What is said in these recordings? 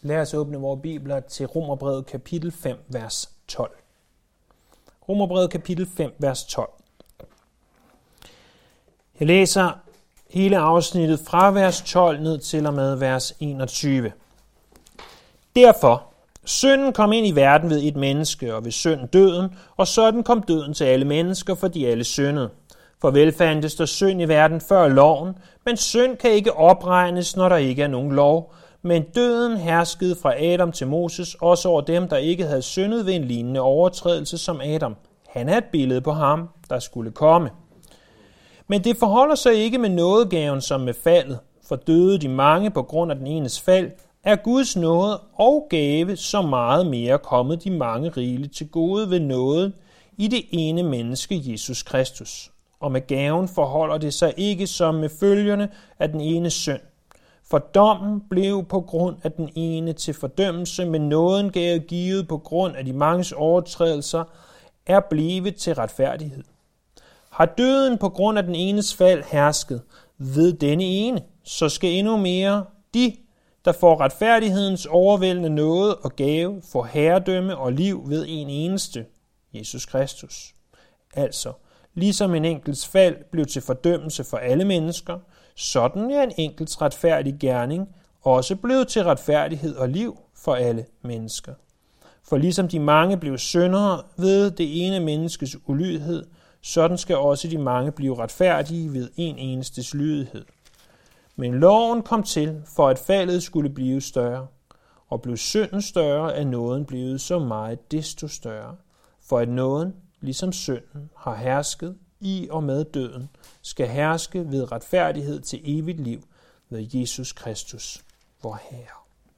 Lad os åbne vores bibler til Romerbrevet kapitel 5, vers 12. Romerbrevet kapitel 5, vers 12. Jeg læser hele afsnittet fra vers 12 ned til og med vers 21. Derfor, synden kom ind i verden ved et menneske, og ved synden døden, og sådan kom døden til alle mennesker, fordi alle syndede. For vel fandtes der synd i verden før loven, men synd kan ikke opregnes, når der ikke er nogen lov. Men døden herskede fra Adam til Moses, også over dem, der ikke havde syndet ved en lignende overtrædelse som Adam. Han er et billede på ham, der skulle komme. Men det forholder sig ikke med nådegaven som med faldet, for døde de mange på grund af den enes fald, er Guds nåde og gave så meget mere kommet de mange rigeligt til gode ved nåden i det ene menneske, Jesus Kristus. Og med gaven forholder det sig ikke som med følgerne af den ene synd. For dommen blev på grund af den ene til fordømmelse, men nåden gav givet på grund af de manges overtrædelser, er blevet til retfærdighed. Har døden på grund af den enes fald hersket ved denne ene, så skal endnu mere de, der får retfærdighedens overvældende nåde og gave, få herredømme og liv ved en eneste, Jesus Kristus. Altså, ligesom en enkelts fald blev til fordømmelse for alle mennesker, sådan er en enkelts retfærdig gerning også blevet til retfærdighed og liv for alle mennesker. For ligesom de mange blev syndere ved det ene menneskes ulydighed, sådan skal også de mange blive retfærdige ved en enestes lydighed. Men loven kom til, for at faldet skulle blive større, og blev synden større, er nåden blevet så meget desto større. For at nåden, ligesom synden, har hersket i og med døden, skal herske ved retfærdighed til evigt liv ved Jesus Kristus, vor Herre.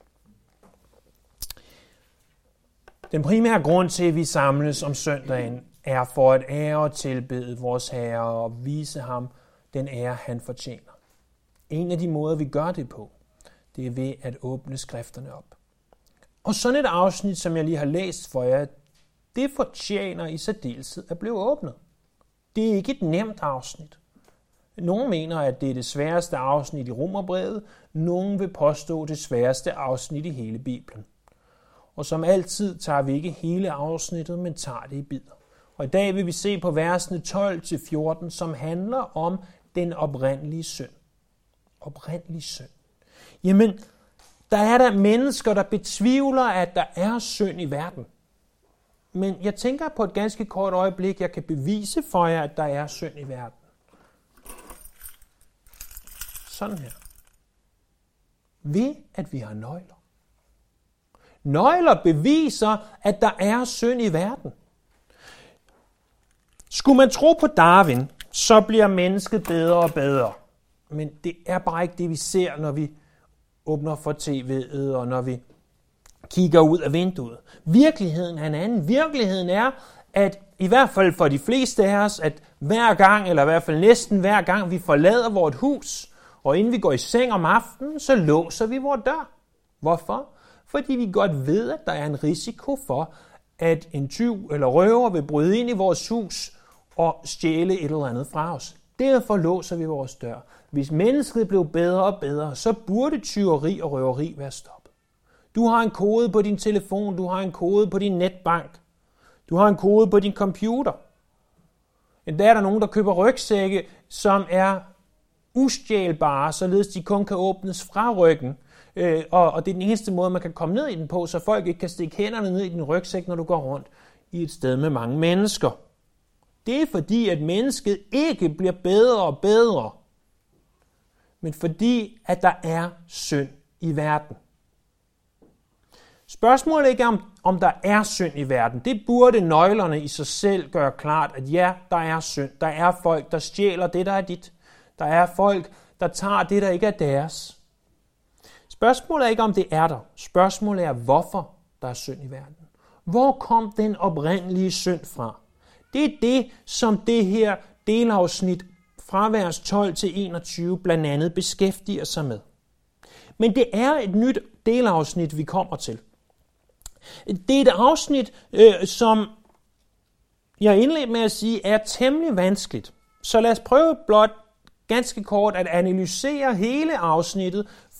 Den primære grund til, at vi samles om søndagen, er for at ære og tilbede vores Herre og vise ham den ære, han fortjener. En af de måder, vi gør det på, det er ved at åbne skrifterne op. Og sådan et afsnit, som jeg lige har læst for jer, det fortjener i særdeleshed at blive åbnet. Det er ikke et nemt afsnit. Nogle mener, at det er det sværeste afsnit i Romerbrevet. Nogle vil påstå det sværeste afsnit i hele Bibelen. Og som altid tager vi ikke hele afsnittet, men tager det i bidder. Og i dag vil vi se på versene 12-14, som handler om den oprindelige synd. Oprindelig synd. Jamen, der er der mennesker, der betvivler, at der er synd i verden. Men jeg tænker på et ganske kort øjeblik, jeg kan bevise for jer, at der er synd i verden. Sådan her. Ved at vi har nøgler. Nøgler beviser, at der er synd i verden. Skulle man tro på Darwin, så bliver mennesket bedre og bedre. Men det er bare ikke det, vi ser, når vi åbner for tv'et og når vi kigger ud af vinduet. Virkeligheden er en anden. Virkeligheden er, at i hvert fald for de fleste af os, at hver gang, eller i hvert fald næsten hver gang, vi forlader vort hus, og inden vi går i seng om aftenen, så låser vi vores dør. Hvorfor? Fordi vi godt ved, at der er en risiko for, at en tyv eller røver vil bryde ind i vores hus og stjæle et eller andet fra os. Derfor låser vi vores dør. Hvis mennesket blev bedre og bedre, så burde tyveri og røveri være stoppet. Du har en kode på din telefon, du har en kode på din netbank, du har en kode på din computer. Endda er der nogen, der køber rygsække, som er ustjælbare, således de kun kan åbnes fra ryggen. Og det er den eneste måde, man kan komme ned i den på, så folk ikke kan stikke hænderne ned i din rygsæk, når du går rundt i et sted med mange mennesker. Det er fordi, at mennesket ikke bliver bedre og bedre, men fordi, at der er synd i verden. Spørgsmålet er ikke, om der er synd i verden. Det burde nøglerne i sig selv gøre klart, at ja, der er synd. Der er folk, der stjæler det, der er dit. Der er folk, der tager det, der ikke er deres. Spørgsmålet er ikke, om det er der. Spørgsmålet er, hvorfor der er synd i verden. Hvor kom den oprindelige synd fra? Det er det, som det her delafsnit fra vers 12 til 21 blandt andet beskæftiger sig med. Men det er et nyt delafsnit, vi kommer til. Det er et afsnit, som jeg indledte med at sige, er temmelig vanskeligt. Så lad os prøve blot ganske kort at analysere hele afsnittet,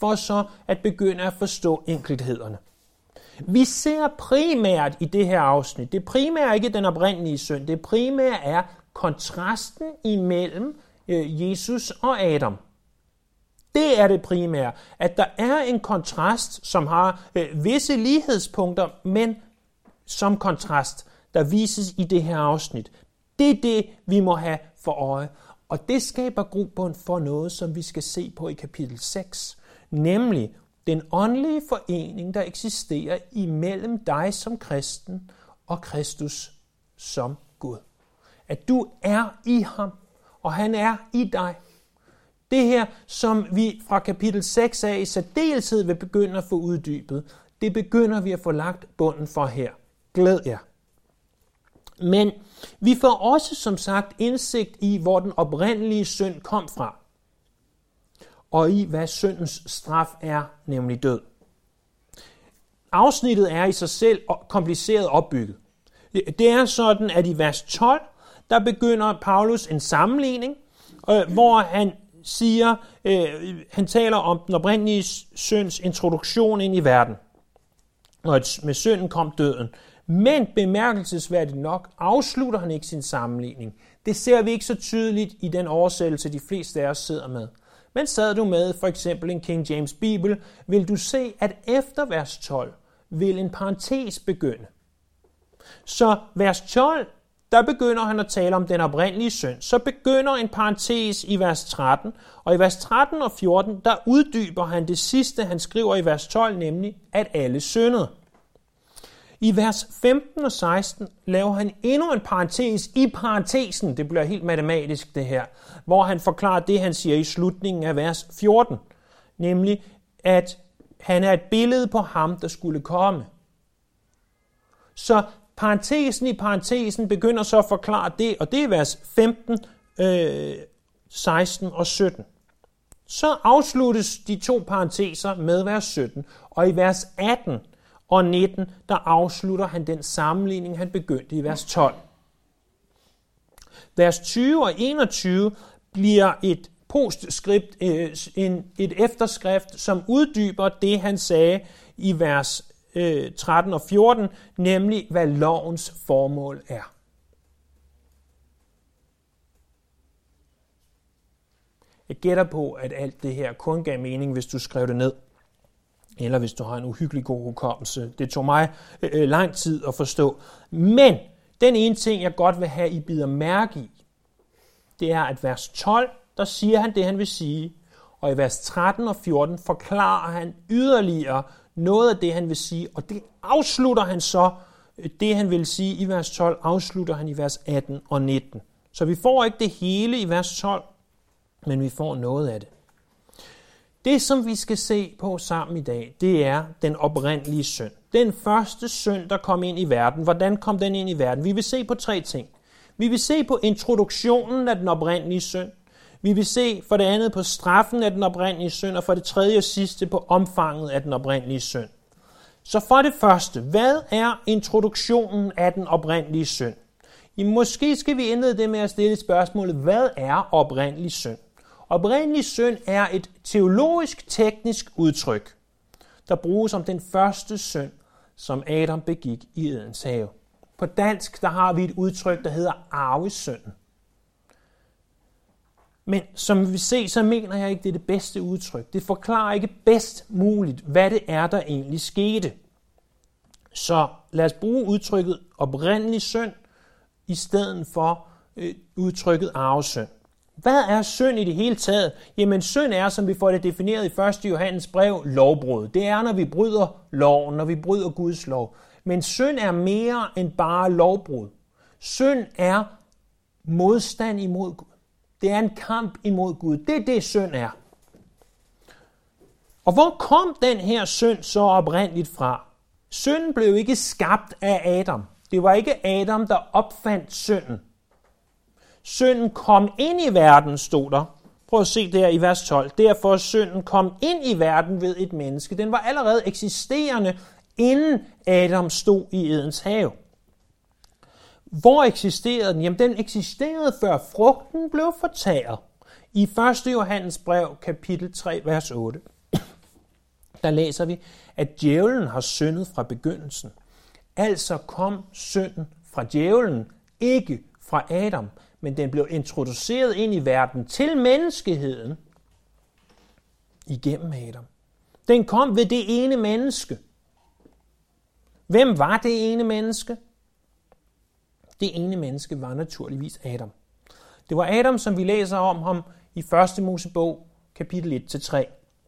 for så at begynde at forstå enkelthederne. Vi ser primært i det her afsnit, det primære er ikke den oprindelige synd, det primære er kontrasten imellem Jesus og Adam. Det er det primære, at der er en kontrast, som har visse lighedspunkter, men som kontrast, der vises i det her afsnit. Det er det, vi må have for øje. Og det skaber grobund for noget, som vi skal se på i kapitel 6, nemlig den åndelige forening, der eksisterer imellem dig som kristen og Kristus som Gud. At du er i ham, og han er i dig. Det her, som vi fra kapitel 6 af i særdeleshed vil begynde at få uddybet, det begynder vi at få lagt bunden for her. Glæd jer. Men vi får også som sagt indsigt i, hvor den oprindelige synd kom fra, og i hvad syndens straf er, nemlig død. Afsnittet er i sig selv kompliceret opbygget. Det er sådan, at i vers 12, der begynder Paulus en sammenligning, hvor han taler om den oprindelige synds introduktion ind i verden. Og med synden kom døden. Men bemærkelsesværdigt nok afslutter han ikke sin sammenligning. Det ser vi ikke så tydeligt i den oversættelse, de fleste af os sidder med. Men sad du med for eksempel en King James Bibel, vil du se, at efter vers 12 vil en parentes begynde. Så vers 12, der begynder han at tale om den oprindelige synd. Så begynder en parentes i vers 13, og i vers 13 og 14, der uddyber han det sidste, han skriver i vers 12, nemlig at alle syndede. I vers 15 og 16 laver han endnu en parentes i parentesen, det bliver helt matematisk det her, hvor han forklarer det, han siger i slutningen af vers 14, nemlig at han er et billede på ham, der skulle komme. Så parentesen i parentesen begynder så at forklare det, og det er vers 15, 16 og 17. Så afsluttes de to parenteser med vers 17, og i vers 18 og 19, der afslutter han den sammenligning, han begyndte i vers 12. Vers 20 og 21 bliver et postskript, et efterskrift, som uddyber det, han sagde i vers 13 og 14, nemlig hvad lovens formål er. Jeg gætter på, at alt det her kun gav mening, hvis du skrev det ned. Eller hvis du har en uhyggelig god hukommelse. Det tog mig lang tid at forstå. Men den ene ting, jeg godt vil have, I bider mærke i, det er, at vers 12, der siger han det, han vil sige. Og i vers 13 og 14 forklarer han yderligere noget af det, han vil sige. Og det afslutter han så, det han vil sige i vers 12, afslutter han i vers 18 og 19. Så vi får ikke det hele i vers 12, men vi får noget af det. Det, som vi skal se på sammen i dag, det er den oprindelige synd. Den første synd, der kom ind i verden. Hvordan kom den ind i verden? Vi vil se på 3 ting. Vi vil se på introduktionen af den oprindelige synd. Vi vil se for det andet på straffen af den oprindelige synd, og for det tredje og sidste på omfanget af den oprindelige synd. Så for det første, hvad er introduktionen af den oprindelige synd? Måske skal vi indlede det med at stille spørgsmålet, hvad er oprindelig synd? Oprindelig synd er et teologisk-teknisk udtryk, der bruges om den første synd, som Adam begik i Edens have. På dansk der har vi et udtryk, der hedder arvesynden. Men som vi ser, så mener jeg ikke, det er det bedste udtryk. Det forklarer ikke bedst muligt, hvad det er, der egentlig skete. Så lad os bruge udtrykket oprindelig synd, i stedet for udtrykket arvesynd. Hvad er synd i det hele taget? Jamen synd er, som vi får det defineret i 1. Johannes brev, lovbrud. Det er, når vi bryder loven, når vi bryder Guds lov. Men synd er mere end bare lovbrud. Synd er modstand imod Gud. Det er en kamp imod Gud. Det er det, synd er. Og hvor kom den her synd så oprindeligt fra? Synden blev ikke skabt af Adam. Det var ikke Adam, der opfandt synden. Synden kom ind i verden, stod der. Prøv at se der i vers 12. Derfor synden kom ind i verden ved et menneske. Den var allerede eksisterende, inden Adam stod i Edens have. Hvor eksisterede den? Jamen, den eksisterede før frugten blev fortæret. I 1. Johannes brev, kapitel 3, vers 8. der læser vi, at djævlen har syndet fra begyndelsen. Altså kom synden fra djævlen, ikke fra Adam, men den blev introduceret ind i verden til menneskeheden igennem Adam. Den kom ved det ene menneske. Hvem var det ene menneske? Det ene menneske var naturligvis Adam. Det var Adam, som vi læser om ham i 1. Mosebog, kapitel 1-3.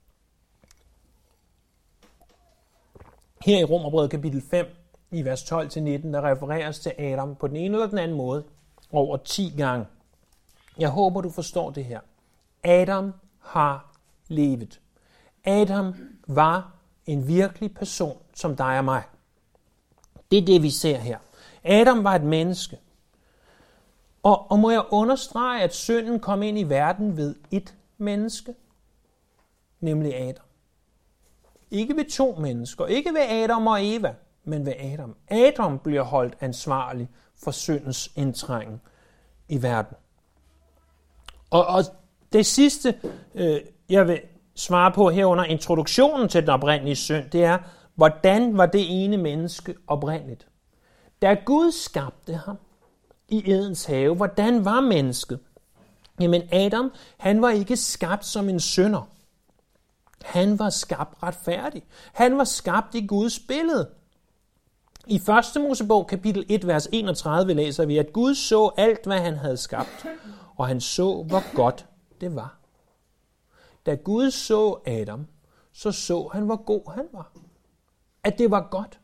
Her i Romerbrevet kapitel 5, i vers 12-19, der refereres til Adam på den ene eller den anden måde over 10 gange. Jeg håber, du forstår det her. Adam har levet. Adam var en virkelig person, som dig og mig. Det er det, vi ser her. Adam var et menneske. Og må jeg understrege, at synden kom ind i verden ved et menneske, nemlig Adam. Ikke ved 2 mennesker, ikke ved Adam og Eva, men ved Adam. Adam bliver holdt ansvarlig for syndens indtrængen i verden. Og det sidste, jeg vil svare på her under introduktionen til den oprindelige synd, det er, hvordan var det ene menneske oprindeligt? Da Gud skabte ham i Edens have, hvordan var mennesket? Jamen Adam, han var ikke skabt som en synder. Han var skabt retfærdig. Han var skabt i Guds billede. I 1. Mosebog kapitel 1, vers 31 læser vi, at Gud så alt, hvad han havde skabt, og han så, hvor godt det var. Da Gud så Adam, så han, hvor god han var. At det var godt.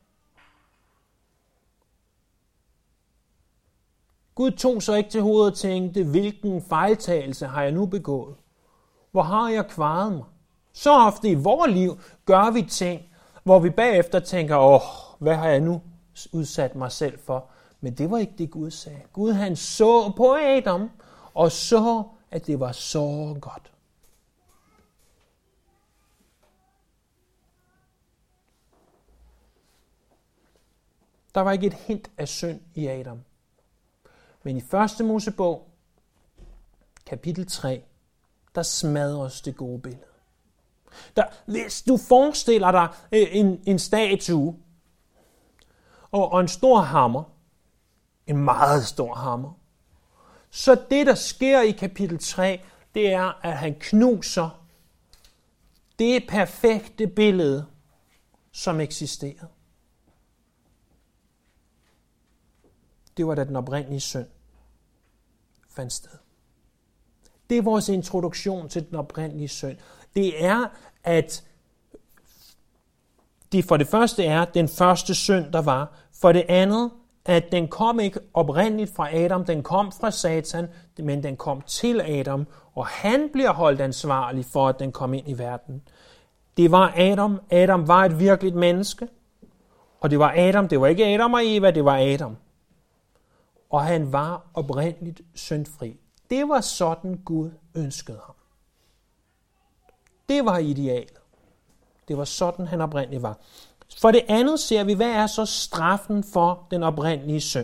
Gud tog så ikke til hovedet og tænkte, hvilken fejltagelse har jeg nu begået? Hvor har jeg kvaret mig? Så ofte i vores liv gør vi ting, hvor vi bagefter tænker, hvad har jeg nu udsat mig selv for? Men det var ikke det, Gud sagde. Gud han så på Adam, og så, at det var så godt. Der var ikke et hint af synd i Adam. Men i 1. Mosebog, kapitel 3, der smadres det gode billede. Hvis du forestiller dig en statue og en stor hammer, en meget stor hammer, så det, der sker i kapitel 3, det er, at han knuser det perfekte billede, som eksisterede. Det var da den oprindelige synd fandt sted. Det er vores introduktion til den oprindelige synd. Det er, at det for det første er den første synd, der var. For det andet, at den kom ikke oprindeligt fra Adam, den kom fra Satan, men den kom til Adam, og han bliver holdt ansvarlig for, at den kom ind i verden. Det var Adam. Adam var et virkeligt menneske. Og det var Adam. Det var ikke Adam og Eva, det var Adam. Og han var oprindeligt syndfri. Det var sådan Gud ønskede ham. Det var idealet. Det var sådan han oprindeligt var. For det andet ser vi, hvad er så straffen for den oprindelige synd?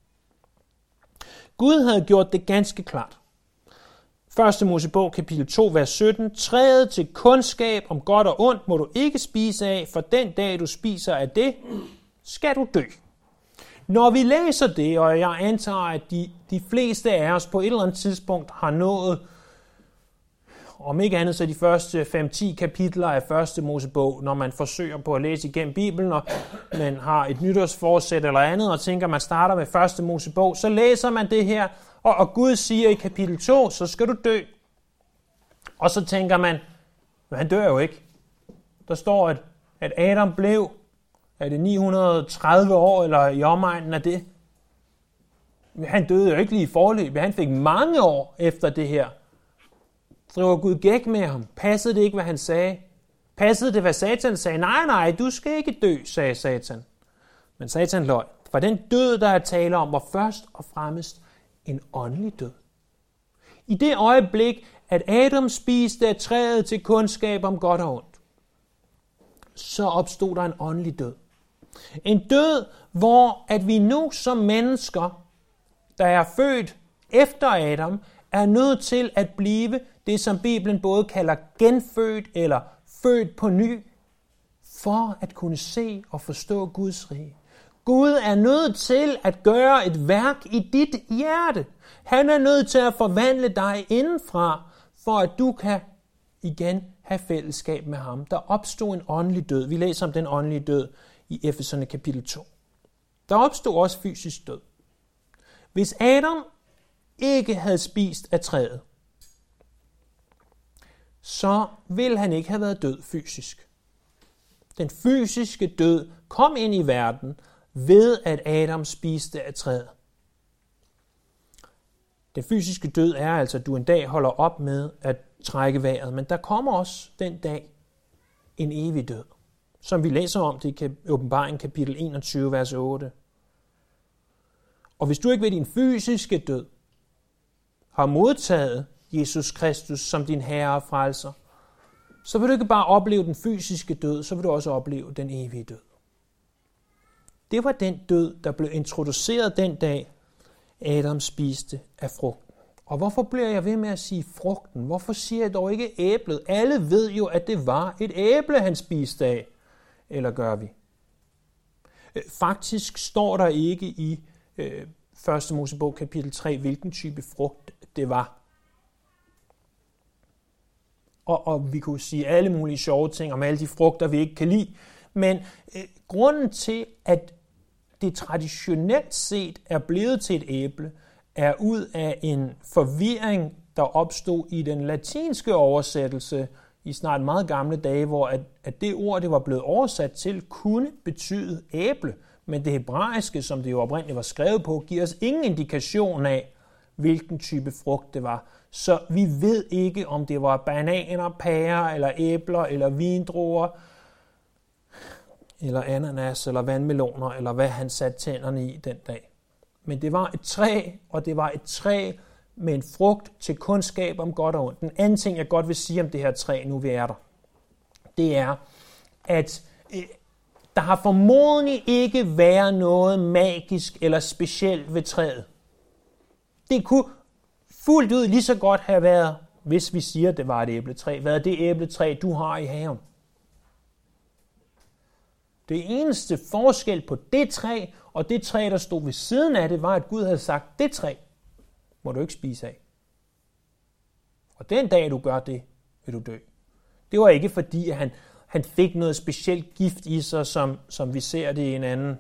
Gud havde gjort det ganske klart. 1. Mosebog kapitel 2, vers 17. Træet til kundskab om godt og ondt må du ikke spise af, for den dag du spiser af det, skal du dø. Når vi læser det, og jeg antager, at de fleste af os på et eller andet tidspunkt har nået, om ikke andet så de første 5-10 kapitler af 1. Mosebog, når man forsøger på at læse igennem Bibelen, og man har et nytårsforsæt eller andet, og tænker, at man starter med 1. Mosebog, så læser man det her, og Gud siger i kapitel 2, så skal du dø. Og så tænker man, men han dør jo ikke. Der står, at Adam blev, er det 930 år, eller i omegnen af det? Han døde jo ikke lige i forløbet. Han fik mange år efter det her. Driver Gud gæk med ham? Passede det ikke, hvad han sagde? Passede det, hvad Satan sagde? Nej, du skal ikke dø, sagde Satan. Men Satan løj. For den død, der er tale om, var først og fremmest en åndelig død. I det øjeblik, at Adam spiste af træet til kundskab om godt og ondt, så opstod der en åndelig død. En død, hvor at vi nu som mennesker, der er født efter Adam, er nødt til at blive det, som Bibelen både kalder genfødt eller født på ny for at kunne se og forstå Guds rige. Gud er nødt til at gøre et værk i dit hjerte. Han er nødt til at forvandle dig indenfra, for at du kan igen have fællesskab med ham. Der opstod en åndelig død. Vi læser om den åndelige død i Efeserne kapitel 2. Der opstod også fysisk død. Hvis Adam ikke havde spist af træet, så ville han ikke have været død fysisk. Den fysiske død kom ind i verden ved, at Adam spiste af træet. Den fysiske død er altså, at du en dag holder op med at trække vejret, men der kommer også den dag en evig død, som vi læser om det i Åbenbaringen kapitel 21, vers 8. Og hvis du ikke ved din fysiske død har modtaget Jesus Kristus som din herre og frelser, så vil du ikke bare opleve den fysiske død, så vil du også opleve den evige død. Det var den død, der blev introduceret den dag, Adam spiste af frugten. Og hvorfor bliver jeg ved med at sige frugten? Hvorfor siger jeg dog ikke æblet? Alle ved jo, at det var et æble, han spiste af. Eller gør vi? Faktisk står der ikke i 1. Mosebog kapitel 3, hvilken type frugt det var. Og vi kunne sige alle mulige sjove ting om alle de frugter, vi ikke kan lide. Men grunden til, at det traditionelt set er blevet til et æble, er ud af en forvirring, der opstod i den latinske oversættelse i snart meget gamle dage, hvor at det ord, det var blevet oversat til, kunne betyde æble. Men det hebraiske, som det jo oprindeligt var skrevet på, giver os ingen indikation af, hvilken type frugt det var. Så vi ved ikke, om det var bananer, pærer, eller æbler, eller vindruer, eller ananas, eller vandmeloner, eller hvad han satte tænderne i den dag. Men det var et træ, og det var et træ med en frugt til kundskab om godt og ondt. Den anden ting, jeg godt vil sige om det her træ, nu vi er der, det er, at der har formodentlig ikke været noget magisk eller specielt ved træet. Det kunne fuldt ud lige så godt have været, hvis vi siger, at det var et æbletræ, været det æbletræ, du har i haven. Det eneste forskel på det træ og det træ, der stod ved siden af det, var, at Gud havde sagt, det træ må du ikke spise af. Og den dag, du gør det, vil du dø. Det var ikke fordi, at han fik noget specielt gift i sig, som vi ser det i en anden,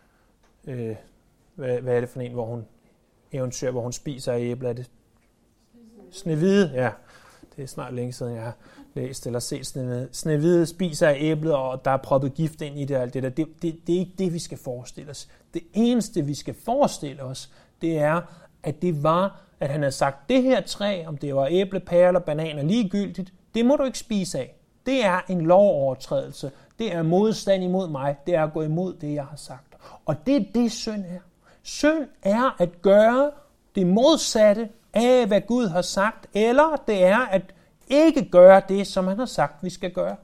hvad er det for en, hvor hun spiser af æbler? Er det Snehvide? Ja, det er snart længe siden, jeg har læst eller set Snehvide. Snehvide spiser af æblet, og der er proppet gift ind i det og alt det der. Det er ikke det, vi skal forestille os. Det eneste, vi skal forestille os, det er, at det var, at han havde sagt, det her træ, om det var æble, pære eller bananer, ligegyldigt, det må du ikke spise af. Det er en lovovertrædelse. Det er modstand imod mig. Det er at gå imod det, jeg har sagt. Og det er det, synd er. Synd er at gøre det modsatte af, hvad Gud har sagt, eller det er at ikke gøre det, som han har sagt, vi skal gøre.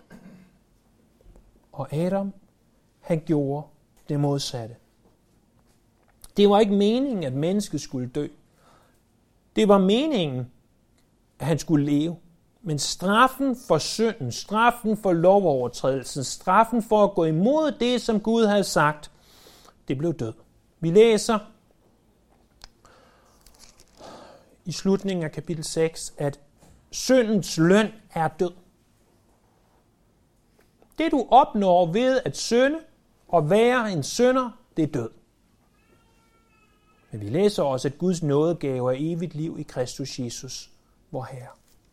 Og Adam, han gjorde det modsatte. Det var ikke meningen, at mennesket skulle dø. Det var meningen, at han skulle leve. Men straffen for synden, straffen for lovovertrædelsen, straffen for at gå imod det, som Gud havde sagt, det blev død. Vi læser i slutningen af kapitel 6, at syndens løn er død. Det du opnår ved at synde og være en synder, det er død. Men vi læser også, at Guds nådegave er evigt liv i Kristus Jesus, vor Herre.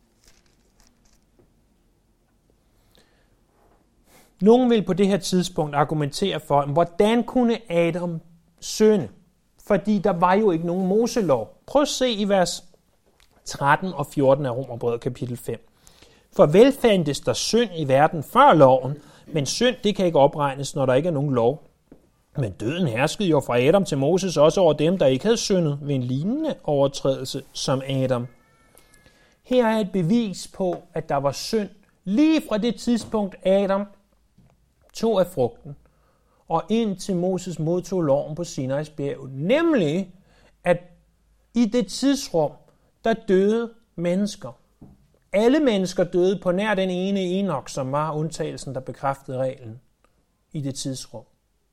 Nogen vil på det her tidspunkt argumentere for, hvordan kunne Adam synde? Fordi der var jo ikke nogen Moselov. Prøv at se i vers 13 og 14 af Romerbrevet kapitel 5. For vel fandtes der synd i verden før loven, men synd det kan ikke opregnes, når der ikke er nogen lov. Men døden herskede jo fra Adam til Moses også over dem, der ikke havde syndet ved en lignende overtrædelse som Adam. Her er et bevis på, at der var synd lige fra det tidspunkt, Adam tog af frugten, og indtil Moses modtog loven på Sinais bjerg. Nemlig, at i det tidsrum, der døde mennesker. Alle mennesker døde på nær den ene Enok, som var undtagelsen, der bekræftede reglen i det tidsrum.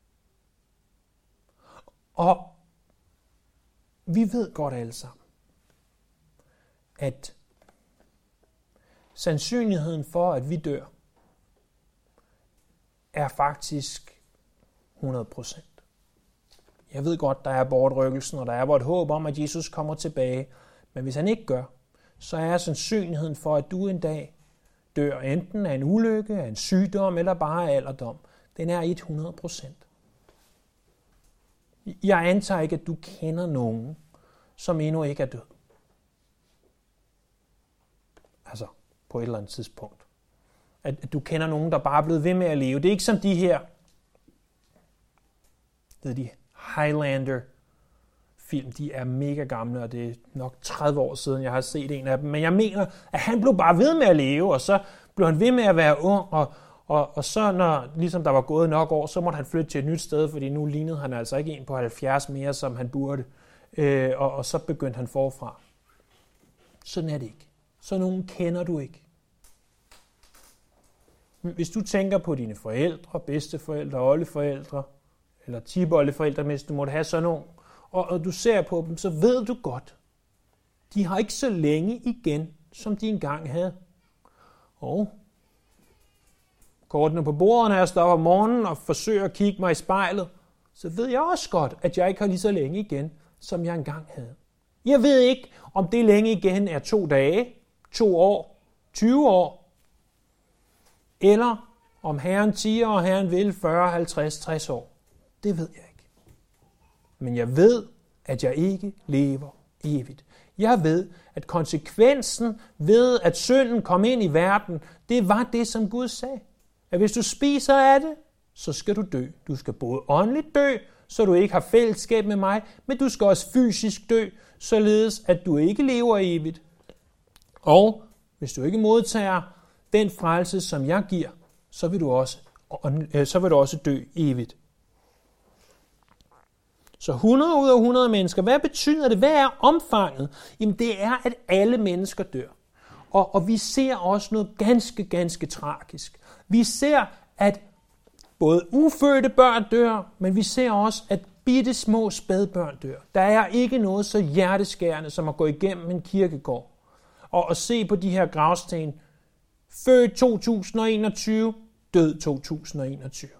Og vi ved godt alle sammen, at sandsynligheden for, at vi dør, er faktisk 100%. Jeg ved godt, der er bortrykkelsen, og der er et håb om, at Jesus kommer tilbage. Men hvis han ikke gør, så er sandsynligheden for, at du en dag dør enten af en ulykke, af en sygdom eller bare af alderdom, den er 100%. Jeg antager ikke, at du kender nogen, som endnu ikke er død. Altså på et eller andet tidspunkt. At du kender nogen, der bare er blevet ved med at leve. Det er ikke som de her, det er de Highlander-film. De er mega gamle, og det er nok 30 år siden, jeg har set en af dem. Men jeg mener, at han blev bare ved med at leve, og så blev han ved med at være ung, og så når ligesom der var gået nok år, så måtte han flytte til et nyt sted, fordi nu lignede han altså ikke en på 70 mere, som han burde. Og så begyndte han forfra. Sådan er det ikke. Så nogen kender du ikke. Hvis du tænker på dine forældre, bedsteforældre, oldeforældre, eller tipoldeforældre, hvis du måtte have sådan nogen, og du ser på dem, så ved du godt, de har ikke så længe igen, som de engang havde. Og kortene på bordet, når jeg står op om morgenen og forsøger at kigge mig i spejlet, så ved jeg også godt, at jeg ikke har lige så længe igen, som jeg engang havde. Jeg ved ikke, om det længe igen er 2 dage, 2 år, 20 år, eller om Herren 10 og Herren vil 40, 50, 60 år. Det ved jeg ikke. Men jeg ved, at jeg ikke lever evigt. Jeg ved, at konsekvensen ved, at synden kom ind i verden, det var det, som Gud sagde. At hvis du spiser af det, så skal du dø. Du skal både åndeligt dø, så du ikke har fællesskab med mig, men du skal også fysisk dø, således at du ikke lever evigt. Og hvis du ikke modtager den frelse, som jeg giver, så vil du også dø evigt. Så 100 ud af 100 mennesker, hvad betyder det? Hvad er omfanget? Jamen det er, at alle mennesker dør. Og vi ser også noget ganske, ganske tragisk. Vi ser, at både ufødte børn dør, men vi ser også, at bitte små spædbørn dør. Der er ikke noget så hjerteskærende, som at gå igennem en kirkegård og se på de her gravsten. Født 2021, død 2021.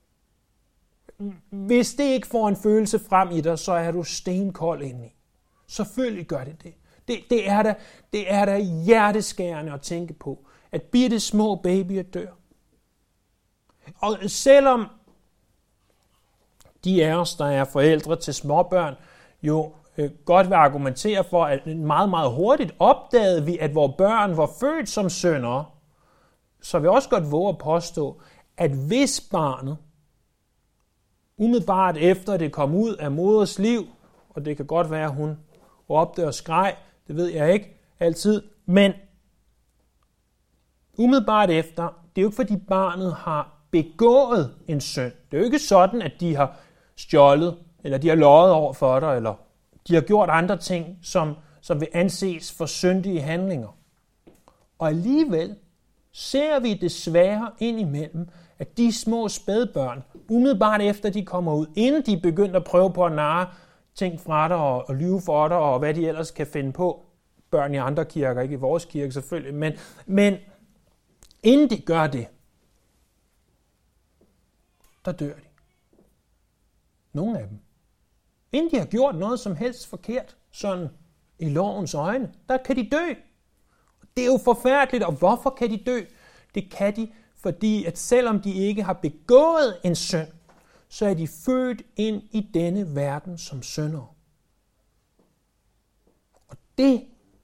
Hvis det ikke får en følelse frem i dig, så er du stenkold indeni. Selvfølgelig gør det det. Det er da hjerteskærende at tænke på, at bitte små babyer dør. Og selvom de af os, der er forældre til småbørn, jo godt vil argumentere for, at meget, meget hurtigt opdagede vi, at vores børn var født som syndere, så vil jeg også godt våge at påstå, at hvis barnet, umiddelbart efter det kom ud af moders liv, og det kan godt være, at hun råbte og skreg, det ved jeg ikke altid, men umiddelbart efter, det er jo ikke fordi barnet har begået en synd. Det er jo ikke sådan, at de har stjålet, eller de har løjet over for dig, eller de har gjort andre ting, som vil anses for syndige handlinger. Og alligevel ser vi desværre indimellem, at de små spædbørn, umiddelbart efter de kommer ud, inden de begynder at prøve på at narre ting fra dig og lyve for dig, og hvad de ellers kan finde på, børn i andre kirker, ikke i vores kirke selvfølgelig, men inden de gør det, der dør de. Nogle af dem. Inden de har gjort noget som helst forkert, sådan i lovens øjne, der kan de dø. Det er jo forfærdeligt, og hvorfor kan de dø? Det kan de, fordi at selvom de ikke har begået en synd, så er de født ind i denne verden som syndere. Og det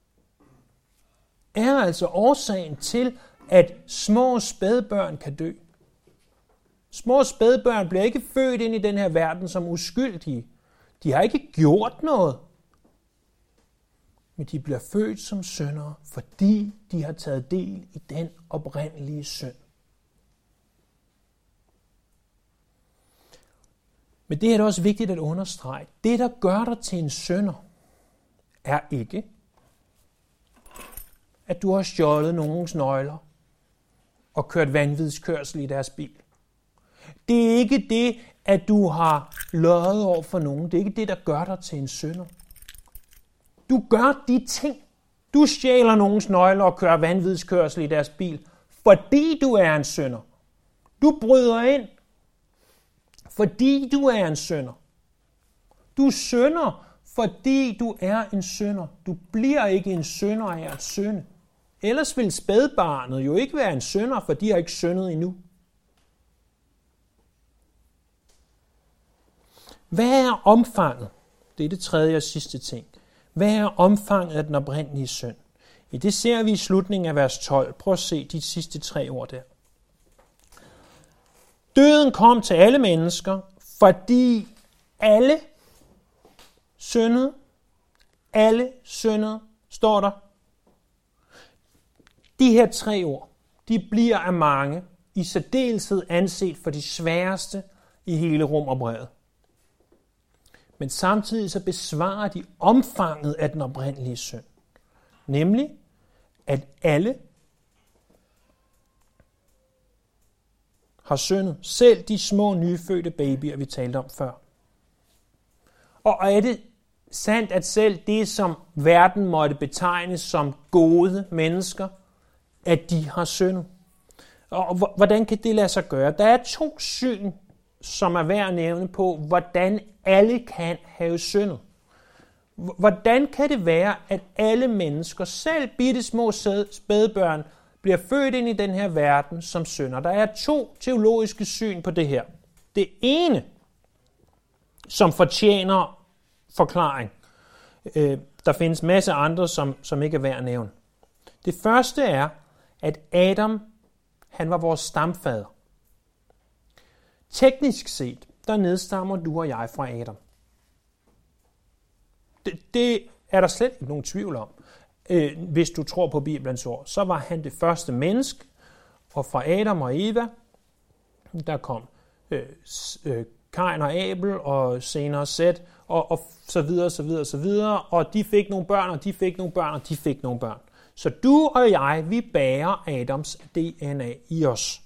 er altså årsagen til, at små spædbørn kan dø. Små spædbørn bliver ikke født ind i den her verden som uskyldige. De har ikke gjort noget. Men de bliver født som syndere, fordi de har taget del i den oprindelige synd. Men det er da også vigtigt at understrege. Det, der gør dig til en synder, er ikke, at du har stjålet nogens nøgler og kørt vanvidskørsel i deres bil. Det er ikke det, at du har løjet over for nogen. Det er ikke det, der gør dig til en synder. Du gør de ting. Du stjæler nogens nøgler og kører vanvidskørsel i deres bil, fordi du er en synder. Du bryder ind, fordi du er en synder. Du synder, fordi du er en synder. Du bliver ikke en synder af at synde. Ellers vil spædbarnet jo ikke være en synder, for de har ikke syndet endnu. Hvad er omfanget? Det er det tredje og sidste ting. Hvad er omfanget af den oprindelige synd? Ja, det ser vi i slutningen af vers 12. Prøv at se de sidste 3 ord der. Døden kom til alle mennesker, fordi alle syndede. Alle syndede, står der. De her 3 ord, de bliver af mange i særdeleshed anset for de sværeste i hele Romerbrevet. Men samtidig så besvarer de omfanget af den oprindelige synd. Nemlig, at alle har syndet. Selv de små nyfødte babyer, vi talte om før. Og er det sandt, at selv det, som verden måtte betegnes som gode mennesker, at de har syndet? Og hvordan kan det lade sig gøre? Der er 2 syn, som er værd at nævne på, hvordan alle kan have syndet. Hvordan kan det være, at alle mennesker, selv bitte små spædbørn, bliver født ind i den her verden som synder? Der er 2 teologiske syn på det her. Det ene, som fortjener forklaring. Der findes masser af andre, som ikke er værd at nævne. Det første er, at Adam, han var vores stamfader. Teknisk set, der nedstammer du og jeg fra Adam. Det er der slet ikke nogen tvivl om. Hvis du tror på Bibelens ord, så var han det første menneske, og fra Adam og Eva, der kom Kain og Abel, og senere Set, og så videre, så videre, så videre, og de fik nogle børn, og de fik nogle børn, og de fik nogle børn. Så du og jeg, vi bærer Adams DNA i os.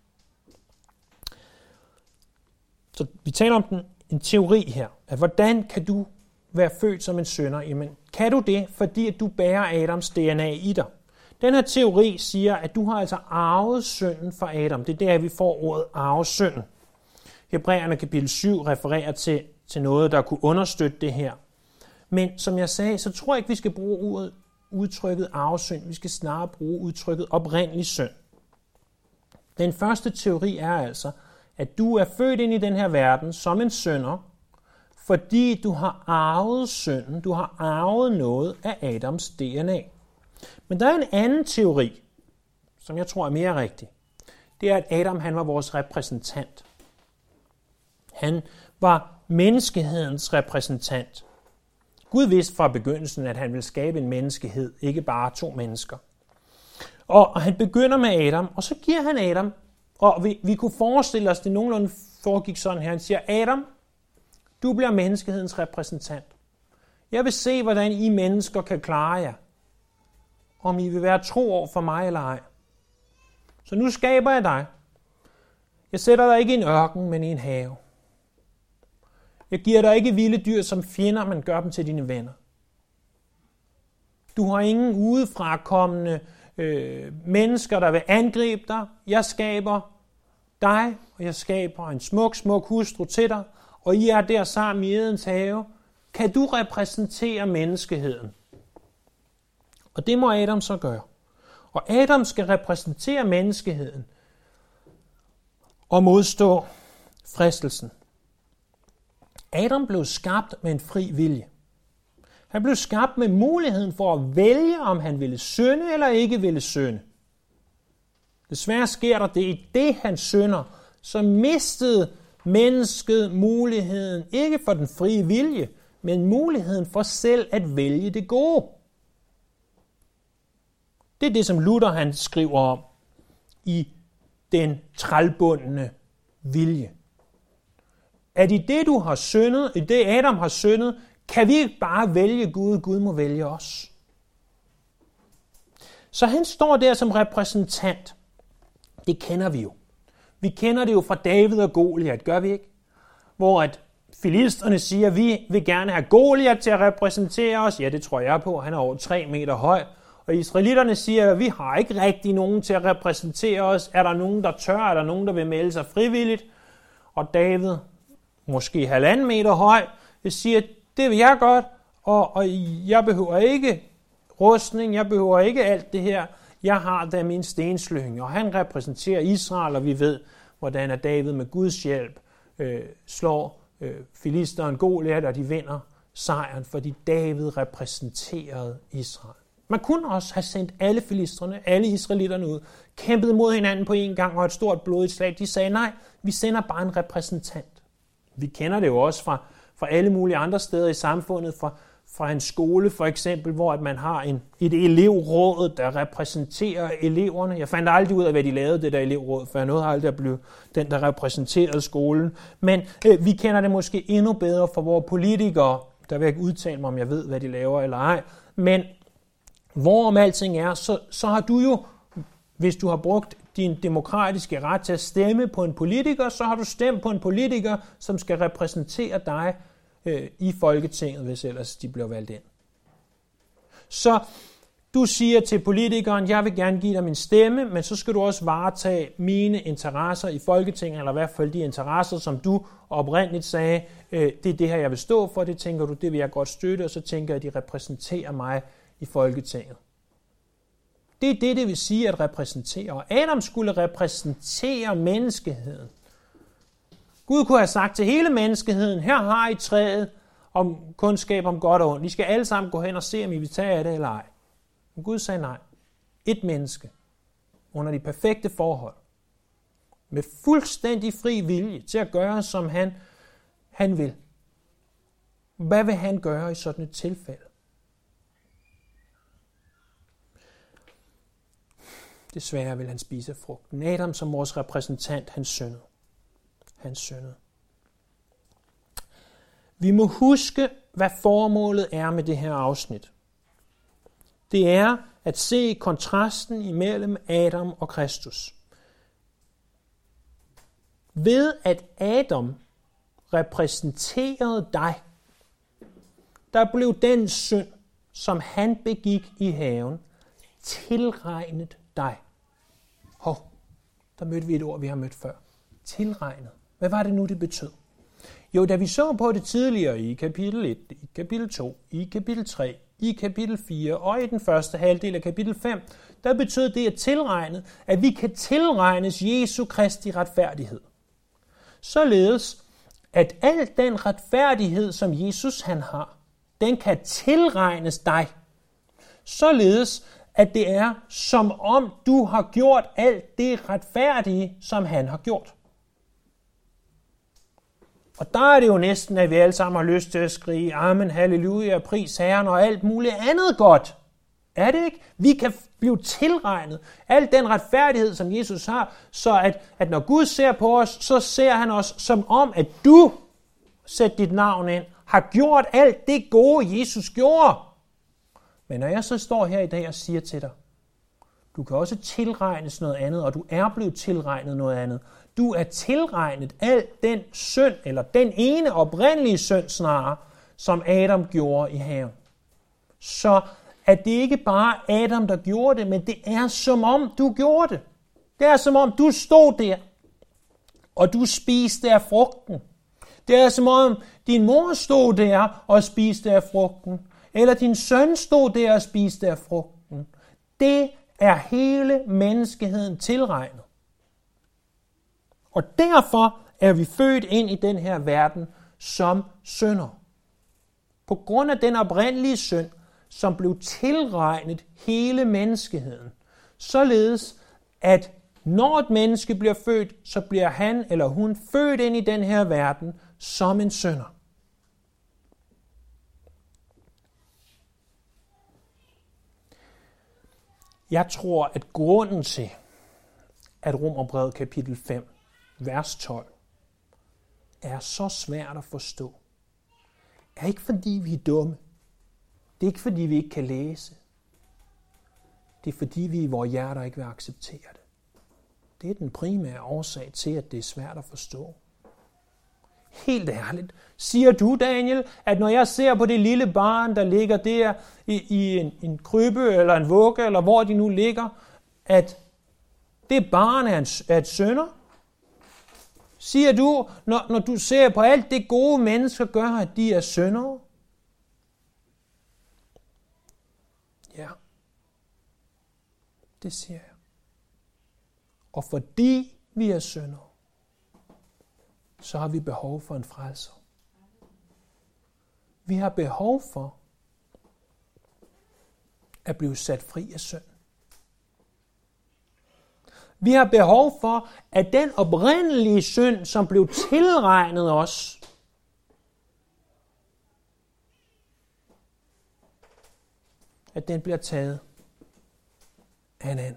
Så vi taler om en teori her, at hvordan kan du være født som en synder? Jamen, kan du det, fordi at du bærer Adams DNA i dig? Den her teori siger, at du har altså arvet synden fra Adam. Det er der, vi får ordet arvesynden. Hebræerne kapitel 7 refererer til noget, der kunne understøtte det her. Men som jeg sagde, så tror jeg ikke, vi skal bruge udtrykket arvesynd. Vi skal snarere bruge udtrykket oprindelig synd. Den første teori er altså, at du er født ind i den her verden som en synder, fordi du har arvet synden, du har arvet noget af Adams DNA. Men der er en anden teori, som jeg tror er mere rigtig. Det er, at Adam han var vores repræsentant. Han var menneskehedens repræsentant. Gud vidste fra begyndelsen, at han ville skabe en menneskehed, ikke bare 2 mennesker. Og han begynder med Adam, og så giver han Adam, og vi kunne forestille os, det nogenlunde foregik sådan her. Han siger, Adam, du bliver menneskehedens repræsentant. Jeg vil se, hvordan I mennesker kan klare jer. Om I vil være tro over for mig eller ej. Så nu skaber jeg dig. Jeg sætter dig ikke i en ørken, men i en have. Jeg giver dig ikke vilde dyr som fjender, men gør dem til dine venner. Du har ingen udefra kommende mennesker, der vil angribe dig. Jeg skaber dig, og jeg skaber en smuk hustru til dig, og I er der sammen i Edens have. Kan du repræsentere menneskeheden? Og det må Adam så gøre. Og Adam skal repræsentere menneskeheden og modstå fristelsen. Adam blev skabt med en fri vilje. Han blev skabt med muligheden for at vælge, om han ville synde eller ikke ville synde. Desværre sker der det, i det han synder, så mistede mennesket muligheden, ikke for den frie vilje, men muligheden for selv at vælge det gode. Det er det, som Luther han skriver om i den trælbundne vilje. At i det, du har syndet, i det Adam har syndet, kan vi ikke bare vælge Gud, Gud må vælge os. Så han står der som repræsentant. Det kender vi jo. Vi kender det jo fra David og Goliat, gør vi ikke? Hvor at filisterne siger, at vi vil gerne have Goliat til at repræsentere os. Ja, det tror jeg på. Han er over 3 meter høj. Og israelitterne siger, at vi har ikke rigtig nogen til at repræsentere os. Er der nogen, der tør? Er der nogen, der vil melde sig frivilligt? Og David, måske 1,5 meter høj, siger, det vil jeg godt, og jeg behøver ikke rustning, jeg behøver ikke alt det her. Jeg har da min stenslynge, og han repræsenterer Israel, og vi ved, hvordan David med Guds hjælp slår filisteren Goliat, og de vinder sejren, fordi David repræsenterede Israel. Man kunne også have sendt alle filistrene, alle israelitterne ud, kæmpet mod hinanden på en gang og et stort blodigt slag. De sagde, nej, vi sender bare en repræsentant. Vi kender det jo også fra alle mulige andre steder i samfundet, fra en skole for eksempel, hvor at man har et elevråd, der repræsenterer eleverne. Jeg fandt aldrig ud af, hvad de lavede, det der elevråd, for jeg nåede aldrig at blive den, der repræsenterede skolen. Men vi kender det måske endnu bedre fra vores politikere. Der vil jeg ikke udtale mig, om jeg ved, hvad de laver eller ej. Men hvorom alting er, så har du jo, hvis du har brugt din demokratiske ret til at stemme på en politiker, så har du stemt på en politiker, som skal repræsentere dig i Folketinget, hvis ellers de bliver valgt ind. Så du siger til politikeren, jeg vil gerne give dig min stemme, men så skal du også varetage mine interesser i Folketinget, eller i hvert fald de interesser, som du oprindeligt sagde, det er det her, jeg vil stå for, det tænker du, det vil jeg godt støtte, og så tænker jeg, at de repræsenterer mig i Folketinget. Det er det vil sige at repræsentere. Og Adam skulle repræsentere menneskeheden. Gud kunne have sagt til hele menneskeheden, her har I træet om kundskab om godt og ondt. I skal alle sammen gå hen og se, om I vil tage af det eller ej. Men Gud sagde nej. Et menneske under de perfekte forhold. Med fuldstændig fri vilje til at gøre, som han vil. Hvad vil han gøre i sådan et tilfælde? Desværre vil han spise frugten. Adam som vores repræsentant, han syndede. Vi må huske, hvad formålet er med det her afsnit. Det er at se kontrasten imellem Adam og Kristus. Ved at Adam repræsenterede dig, der blev den synd, som han begik i haven, tilregnet dig. Der mødte vi et ord, vi har mødt før. Tilregnet. Hvad var det nu, det betød? Jo, da vi så på det tidligere i kapitel 1, i kapitel 2, i kapitel 3, i kapitel 4 og i den første halvdel af kapitel 5, der betød det at tilregne, at vi kan tilregnes Jesu Kristi retfærdighed. Således, at al den retfærdighed, som Jesus han har, den kan tilregnes dig. Således, at det er, som om du har gjort alt det retfærdige, som han har gjort. Og der er det jo næsten, at vi alle sammen har lyst til at skrige, amen, halleluja, pris Herren og alt muligt andet godt. Er det ikke? Vi kan blive tilregnet al den retfærdighed, som Jesus har, så at når Gud ser på os, så ser han os som om, at du, sæt dit navn ind, har gjort alt det gode, Jesus gjorde. Men når jeg så står her i dag og siger til dig, du kan også tilregnes noget andet, og du er blevet tilregnet noget andet. Du er tilregnet al den synd, eller den ene oprindelige synd snarere, som Adam gjorde i haven. Så at det ikke bare er Adam, der gjorde det, men det er som om du gjorde det. Det er som om du stod der, og du spiste af frugten. Det er som om din mor stod der og spiste af frugten. Eller din søn stod der og spiste af frugten. Det er hele menneskeheden tilregnet. Og derfor er vi født ind i den her verden som synder. På grund af den oprindelige synd, som blev tilregnet hele menneskeheden. Således, at når et menneske bliver født, så bliver han eller hun født ind i den her verden som en synder. Jeg tror, at grunden til, at Romerbrevet kapitel 5, vers 12, er så svært at forstå, er ikke fordi vi er dumme. Det er ikke fordi vi ikke kan læse. Det er fordi, vi i vores hjerter ikke vil acceptere det. Det er den primære årsag til, at det er svært at forstå. Helt ærligt. Siger du, Daniel, at når jeg ser på det lille barn, der ligger der i en krybbe eller en vugge, eller hvor de nu ligger, at det barn er et synder? Siger du, når du ser på alt det gode mennesker gør, at de er syndere? Ja, det siger jeg. Og fordi vi er syndere, så har vi behov for en frelser. Vi har behov for at blive sat fri af synd. Vi har behov for, at den oprindelige synd, som blev tilregnet os, at den bliver taget af en anden.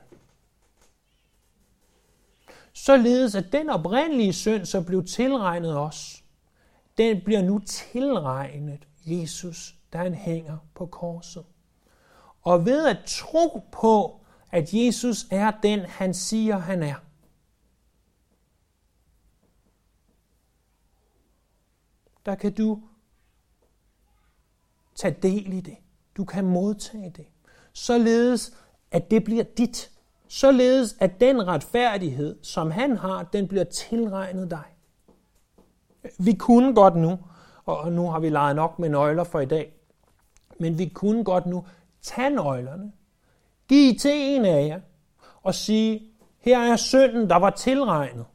Således at den oprindelige synd, som blev tilregnet os, den bliver nu tilregnet Jesus, da han hænger på korset. Og ved at tro på, at Jesus er den, han siger, han er, der kan du tage del i det. Du kan modtage det. Således at det bliver dit. Således at den retfærdighed, som han har, den bliver tilregnet dig. Vi kunne godt nu, og nu har vi leget nok med nøgler for i dag, men vi kunne godt nu tage nøglerne, give til en af jer og sige, her er synden, der var tilregnet.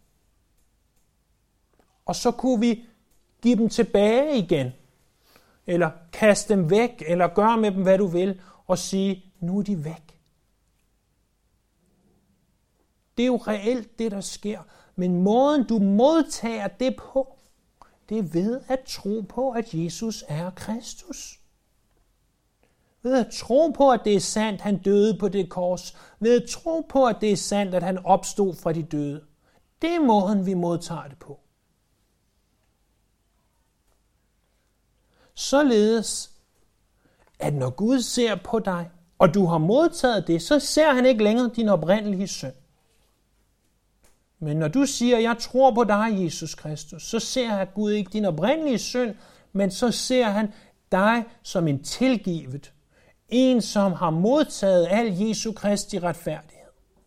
Og så kunne vi give dem tilbage igen, eller kaste dem væk, eller gøre med dem, hvad du vil, og sige, nu er de væk. Det er jo reelt det, der sker. Men måden, du modtager det på, det er ved at tro på, at Jesus er Kristus. Ved at tro på, at det er sandt, han døde på det kors. Ved at tro på, at det er sandt, at han opstod fra de døde. Det er måden, vi modtager det på. Således, at når Gud ser på dig, og du har modtaget det, så ser han ikke længere din oprindelige synd. Men når du siger, jeg tror på dig, Jesus Kristus, så ser Gud ikke din oprindelige synd, men så ser han dig som en tilgivet. En, som har modtaget al Jesu Kristi retfærdighed.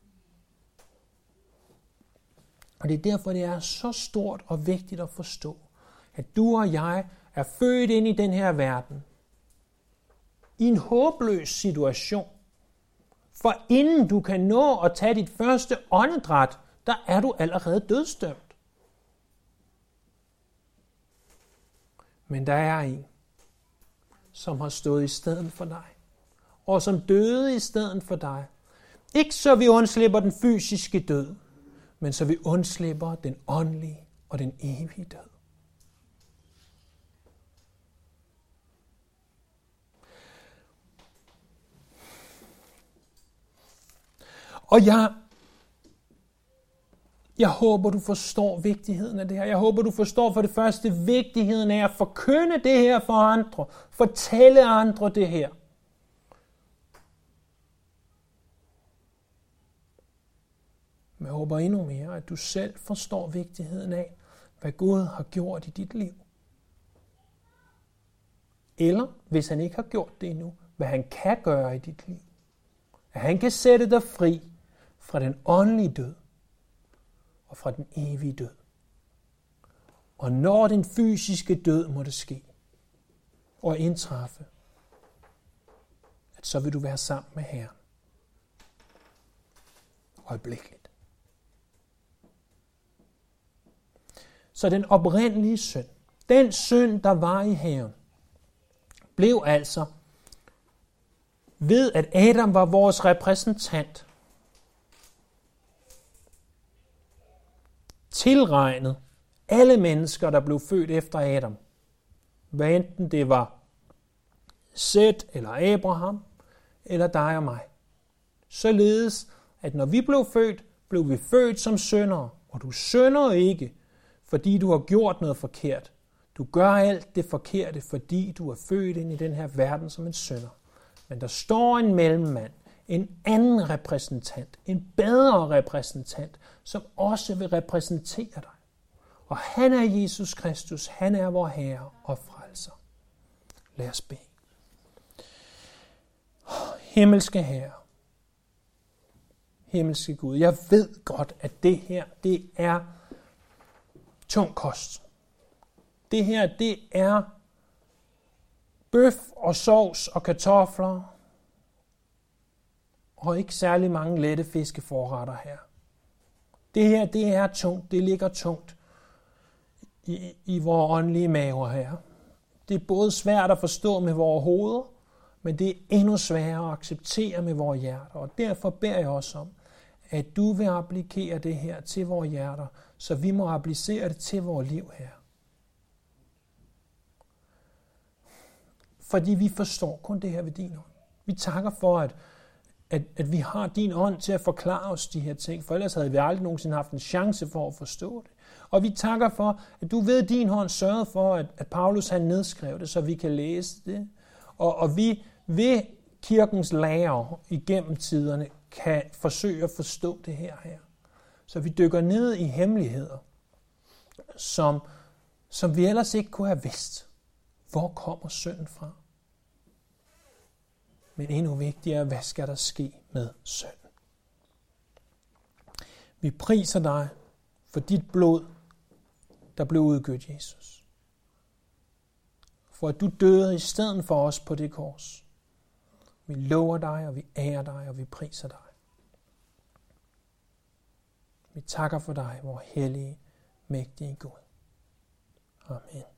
Og det er derfor, det er så stort og vigtigt at forstå, at du og jeg er født ind i den her verden. I en håbløs situation. For inden du kan nå at tage dit første åndedræt, der er du allerede dødsdømt. Men der er en, som har stået i stedet for dig, og som døde i stedet for dig. Ikke så vi undslipper den fysiske død, men så vi undslipper den åndelige og den evige død. Og jeg håber, du forstår vigtigheden af det her. Jeg håber, du forstår for det første vigtigheden af at forkynde det her for andre. Fortælle andre det her. Men jeg håber endnu mere, at du selv forstår vigtigheden af, hvad Gud har gjort i dit liv. Eller, hvis han ikke har gjort det endnu, hvad han kan gøre i dit liv. At han kan sætte dig fri fra den åndelige død og fra den evige død. Og når den fysiske død måtte ske og indtræffe, at så vil du være sammen med Herren. Øjeblikkeligt. Så den oprindelige synd, den synd, der var i haven, blev altså ved, at Adam var vores repræsentant, tilregnet alle mennesker, der blev født efter Adam. Hvad enten det var Seth eller Abraham, eller dig og mig. Således, at når vi blev vi født som syndere, og du synder ikke, fordi du har gjort noget forkert. Du gør alt det forkerte, fordi du er født ind i den her verden som en synder. Men der står en mellemmand, en anden repræsentant, en bedre repræsentant, som også vil repræsentere dig. Og han er Jesus Kristus, han er vor Herre og Frelser. Lad os bede. Himmelske Herre, himmelske Gud, jeg ved godt, at det her, det er tung kost. Det her, det er bøf og sovs og kartofler, og ikke særlig mange lette fiskeforretter her. Det her, det er tungt, det ligger tungt i vores åndelige maver her. Det er både svært at forstå med vores hoveder, men det er endnu sværere at acceptere med vores hjerter. Og derfor beder jeg også om, at du vil applikere det her til vores hjerter, så vi må applicere det til vores liv her. Fordi vi forstår kun det her ved din ånd. Vi takker for, at vi har din ånd til at forklare os de her ting, for ellers havde vi aldrig nogensinde haft en chance for at forstå det. Og vi takker for, at du ved din hånd sørgede for, at Paulus han nedskrev det, så vi kan læse det. Og vi ved kirkens lærer igennem tiderne kan forsøge at forstå det her. Så vi dykker ned i hemmeligheder, som vi ellers ikke kunne have vidst. Hvor kommer synden fra? Men endnu vigtigere, hvad skal der ske med synden? Vi priser dig for dit blod, der blev udgivet, Jesus. For at du døde i stedet for os på det kors. Vi lover dig, og vi ærer dig, og vi priser dig. Vi takker for dig, vor hellige, mægtige Gud. Amen.